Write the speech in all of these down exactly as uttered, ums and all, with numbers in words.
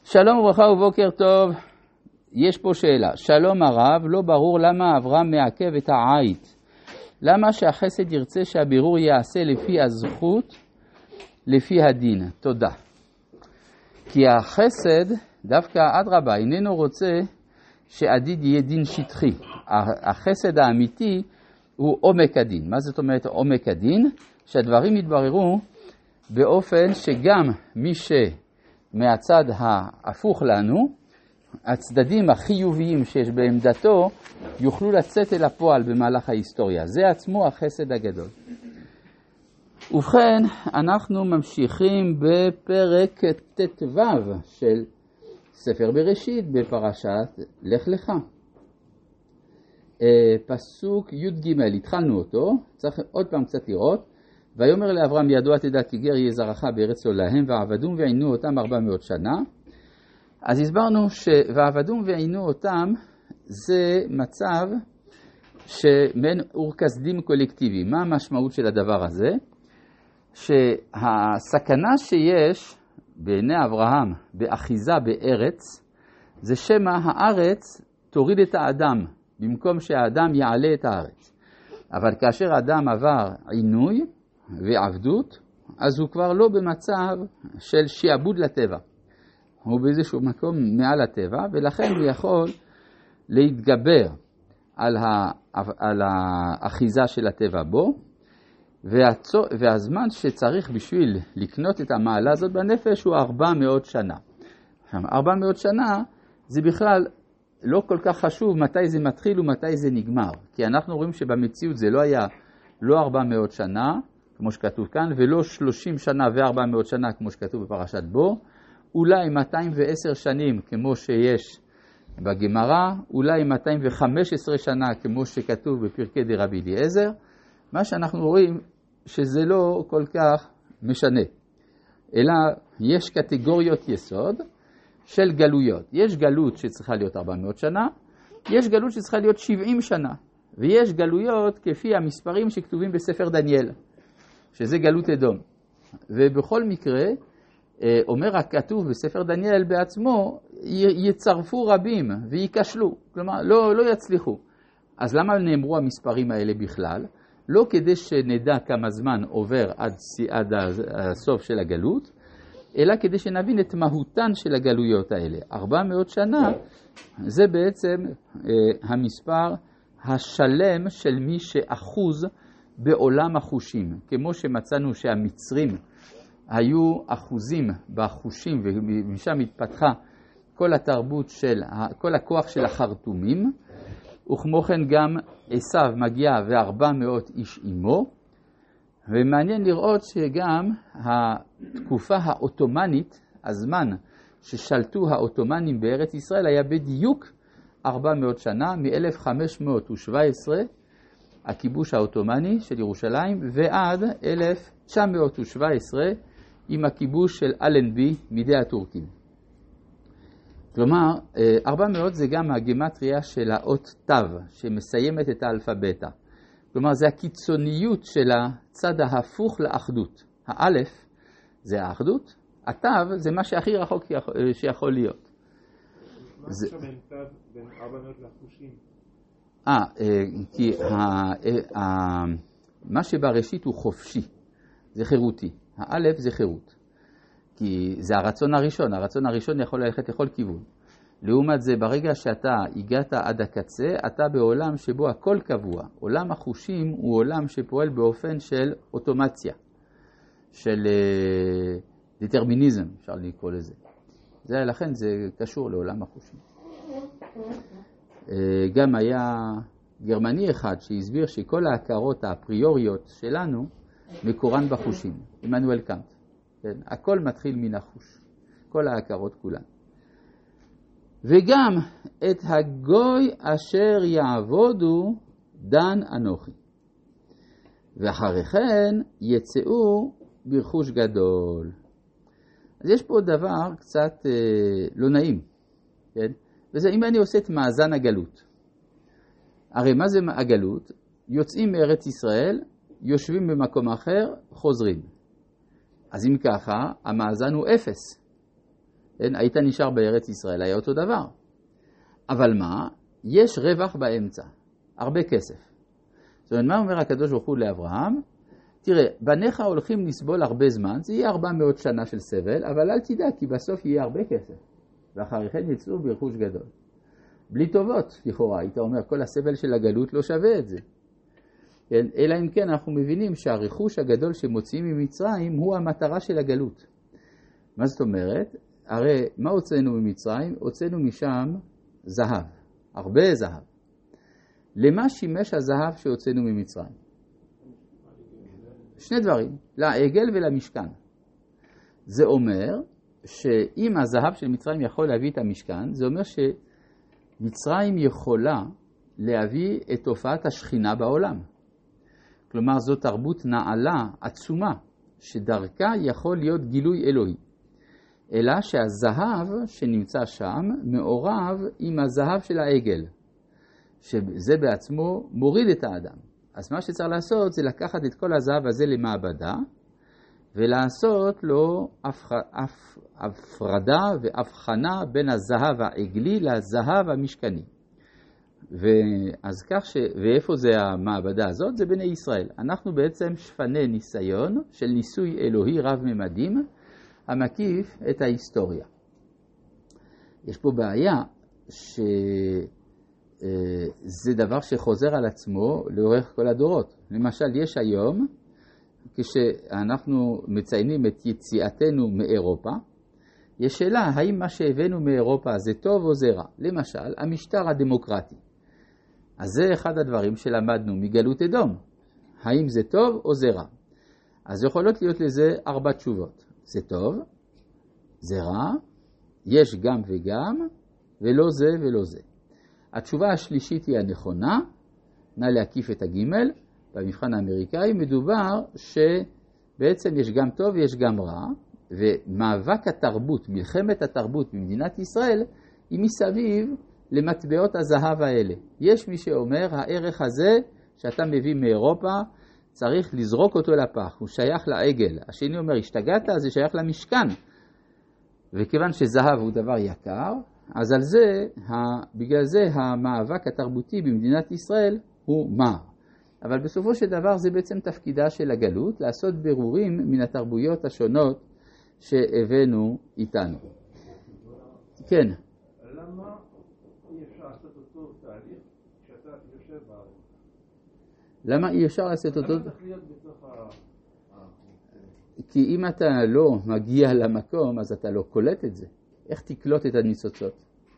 שלום וברכה ובוקר טוב. יש פה שאלה. שלום הרב, לא ברור למה אברהם מעכב את העית. למה שהחסד ירצה שהבירור יעשה לפי הזכות, לפי הדין? תודה. כי החסד, דווקא אדרבה, איננו רוצה שעתיד יהיה דין שטחי. החסד האמיתי הוא עומק הדין. מה זאת אומרת עומק הדין? שהדברים יתבררו באופן שגם מי שמהצד ההפוך לנו, הצדדים החיוביים שיש בעמדתו, יוכלו לצאת אל הפועל במהלך ההיסטוריה. זה עצמו החסד הגדול. ובכן, אנחנו ממשיכים בפרק ט"ו של ספר בראשית בפרשת לך לך. פסוק י"ג, התחלנו אותו, צריך עוד פעם קצת לראות. ויאמר לאברהם ידוע תדע כי גר יהיה זרעך בארץ לא להם, ועבדום ועינו אותם ארבע מאות שנה. אז הסברנו שוועבדום ועינו אותם זה מצב שמין אורקסדים קולקטיבי. מה המשמעות של הדבר הזה? שהסכנה שיש בעיני אברהם באחיזה בארץ, זה שמה הארץ תוריד את האדם, במקום שהאדם יעלה את הארץ. אבל כאשר האדם עבר עינוי ועבדות, אז הוא כבר לא במצב של שיעבוד לטבע. הוא באיזשהו מקום מעל הטבע, ולכן הוא יכול להתגבר על, ה, על האחיזה של הטבע בו, והצו, והזמן שצריך בשביל לקנות את המעלה הזאת בנפש הוא ארבע מאות שנה. ארבע מאות שנה זה בכלל לא כל כך חשוב מתי זה מתחיל ומתי זה נגמר. כי אנחנו רואים שבמציאות זה לא היה לא ארבע מאות שנה, כמו שכתוב כאן, ולא שלושים שנה ו-ארבע מאות שנה, כמו שכתוב בפרשת בו, אולי מאתיים ועשר שנים, כמו שיש בגמרא, אולי מאתיים וחמש עשרה שנה, כמו שכתוב בפרקי דרבי אליעזר. מה שאנחנו רואים שזה לא כל כך משנה, אלא יש קטגוריות יסוד של גלויות. יש גלות שצריכה להיות ארבע מאות שנה, יש גלות שצריכה להיות שבעים שנה, ויש גלויות כפי המספרים שכתובים בספר דניאל, שזה גלות אדום. ובכל מקרה, אומר הכתוב בספר דניאל בעצמו, יצרפו רבים ויקשלו, כלומר לא, לא יצליחו. אז למה נאמרו המספרים האלה בכלל? לא כדי שנדע כמה זמן עובר עד, עד הסוף של הגלות, אלא כדי שנבין את מהותן של הגלויות האלה. ארבע מאות שנה זה בעצם אה, המספר השלם של מי שאחוז בעולם החושים. כמו שמצאנו שהמצרים היו אחוזים בחושים, ומשם התפתחה כל התרבות של, כל הכוח של החרטומים, וכמו כן גם עשיו מגיע וארבע מאות איש עמו, ומעניין לראות שגם התקופה האוטומנית, הזמן ששלטו האוטומנים בארץ ישראל היה בדיוק ארבע מאות שנה, מ-אלף חמש מאות שבע עשרה, הכיבוש האוטומני של ירושלים, ועד אלף תשע מאות שבע עשרה עם הכיבוש של אלנבי מידי הטורקים. כלומר, ארבע מאות זה גם הגימטריה של האות תו, שמסיימת את האלפבטה. כלומר, זה הקיצוניות של הצד ההפוך לאחדות. האלף זה האחדות, התו זה מה שהכי רחוק שיכול להיות. מה עכשיו בין תו בין ארבע מאות לחושים? אה, כי מה שבראשית הוא חופשי, זה חירותי. האלף זה חירות. כי זה הרצון הראשון, הרצון הראשון יכול ללכת לכל כיוון. לעומת זה, ברגע שאתה הגעת עד הקצה, אתה בעולם שבו הכל קבוע. עולם החושים הוא עולם שפועל באופן של אוטומציה, של uh, דטרמיניזם, אפשר לקרוא לזה. זה, לכן זה קשור לעולם החושים. Uh, גם היה גרמני אחד שהסביר שכל ההכרות האפריוריות שלנו מקורן בחושים, עמנואל קאנט. כן? הכל מתחיל מן החוש, כל ההכרות כולן. וגם את הגוי אשר יעבודו דן אנוכי. ואחרי כן יצאו ברכוש גדול. אז יש פה דבר קצת אה, לא נעים. כן? וזה אם אני עושה את מאזן הגלות. הרי מה זה הגלות? יוצאים מארץ ישראל, יושבים במקום אחר, חוזרים. אז אם ככה, המאזן הוא אפס. אין, היית נשאר בארץ ישראל, היה אותו דבר. אבל מה? יש רווח באמצע, הרבה כסף. זאת אומרת, מה אומר הקדוש ברוך הוא לאברהם? תראה, בניך הולכים לסבול הרבה זמן, זה יהיה ארבע מאות שנה של סבל, אבל אל תדע, כי בסוף יהיה הרבה כסף. ואחרי כן יצאו ברכוש גדול. בלי טובות, לכאורה, היית אומר, כל הסבל של הגלות לא שווה את זה. אלא אם כן אנחנו מבינים שהרכוש הגדול שמוציאים ממצרים הוא המטרה של הגלות. מה זאת אומרת? הרי מה הוצאנו ממצרים? הוצאנו משם זהב, הרבה זהב. למה שימש הזהב שהוצאנו ממצרים? שני דברים, לעגל ולמשכן. זה אומר שאם הזהב של מצרים יכול להביא את המשכן, זה אומר שמצרים יכולה להביא את תופעת השכינה בעולם. כלומר, זו תרבות נעלה, עצומה, שדרכה יכול להיות גילוי אלוהי. אלא שהזהב שנמצא שם מעורב עם הזהב של העגל, שזה בעצמו מוריד את האדם. אז מה שצריך לעשות זה לקחת את כל הזהב הזה למעבדה, ולעשות לו הפרדה והבחנה בין הזהב העגלי לזהב המשכני. ואז כך ש... ואיפה זה המעבדה הזאת? זה בני ישראל. אנחנו בעצם שפני ניסיון של ניסוי אלוהי רב ממדים, המקיף את ההיסטוריה. יש פה בעיה שזה דבר שחוזר על עצמו לאורך כל הדורות. למשל, יש היום, כשאנחנו מציינים את יציאתנו מאירופה, יש שאלה, האם מה שהבאנו מאירופה זה טוב או זה רע? למשל, המשטר הדמוקרטי. אז זה אחד הדברים שלמדנו מגלות אדום. האם זה טוב או זה רע? אז יכולות להיות לזה ארבע תשובות. זה טוב, זה רע, יש גם וגם, ולא זה ולא זה. התשובה השלישית היא הנכונה, נא להקיף את הגימל. במבחן האמריקאי מדובר שבעצם יש גם טוב ויש גם רע, ומאבק התרבות, מלחמת התרבות במדינת ישראל, היא מסביב למטבעות הזהב האלה. יש מי שאומר, הערך הזה שאתה מביא מאירופה, צריך לזרוק אותו לפח, הוא שייך לעגל. השני אומר, השתגעת, זה שייך למשכן. וכיוון שזהב הוא דבר יקר, אז על זה, בגלל זה המאבק התרבותי במדינת ישראל הוא מר. אבל בסופו של דבר זה בעצם תפקידה של הגלות, לעשות ברורים מן התרבויות השונות שהבאנו איתנו. כן. למה אי אפשר לעשות אותו תהליך כשאתה יושב בארץ? למה אי אפשר לעשות אותו? למה צריך להיות בתוך ה... כי אם אתה לא מגיע למקום, אז אתה לא קולט את זה. איך תקלוט את הניצוצות?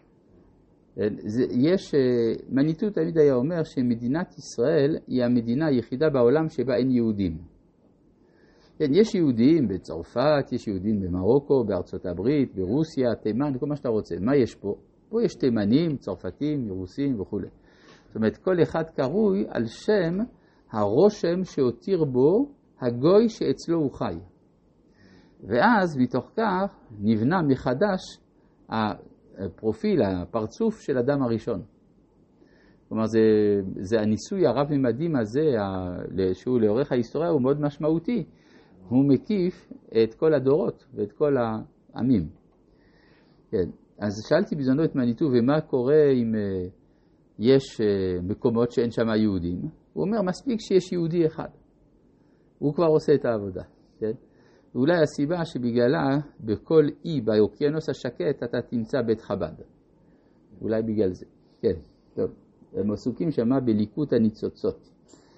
יש, מניטו תמיד היה אומר שמדינת ישראל היא המדינה היחידה בעולם שבה אין יהודים. יש יהודים בצרפת, יש יהודים במרוקו, בארצות הברית, ברוסיה, תימן, כל מה שאתה רוצה. מה יש פה? פה יש תימנים, צרפתים, רוסים וכו'. זאת אומרת, כל אחד קרוי על שם הרושם שהותיר בו הגוי שאצלו הוא חי. ואז מתוך כך נבנה מחדש הפרופיל, הפרצוף של אדם הראשון. כלומר, זה, זה הניסוי הרב ממדים הזה, שהוא לאורך ההיסטוריה, הוא מאוד משמעותי. הוא מקיף את כל הדורות ואת כל העמים. כן. אז שאלתי בזמנו את מניטו, ומה קורה אם יש מקומות שאין שם יהודים? הוא אומר, מספיק שיש יהודי אחד. הוא כבר עושה את העבודה. כן? ואולי הסיבה שבגללה בכל אי באוקיינוס השקט אתה תמצא בית חב"ד. אולי בגלל זה. כן, טוב. הם עסוקים שמה בליקוט הניצוצות.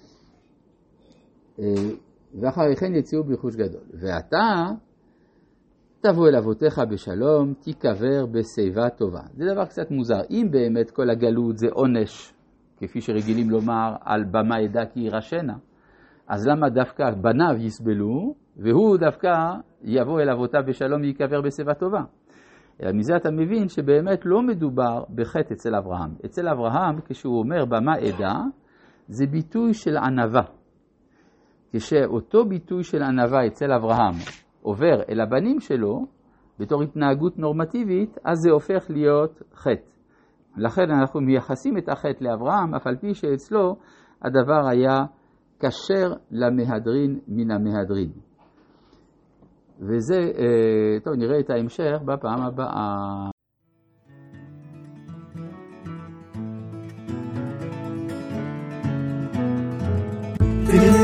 ואחרי כן יציאו ברכוש גדול. ואתה תבוא אל אבותיך בשלום, תיקבר בשיבה טובה. זה דבר קצת מוזר. אם באמת כל הגלות זה עונש, כפי שרגילים לומר, על במה ידע כי ירשנה, אז למה דווקא בניו יסבלו, והוא דווקא יבוא אל אבותיו בשלום ויקבר בשיבה טובה? אלא מזה אתה מבין שבאמת לא מדובר בחטא אצל אברהם. אצל אברהם, כשהוא אומר במה עדה, זה ביטוי של ענווה. כשאותו ביטוי של ענווה אצל אברהם עובר אל הבנים שלו, בתור התנהגות נורמטיבית, אז זה הופך להיות חטא. לכן אנחנו מייחסים את החטא לאברהם, אף על פי שאצלו הדבר היה כשר למהדרין מן המהדרין. וזה, טוב, נראה את ההמשך בפעם הבאה.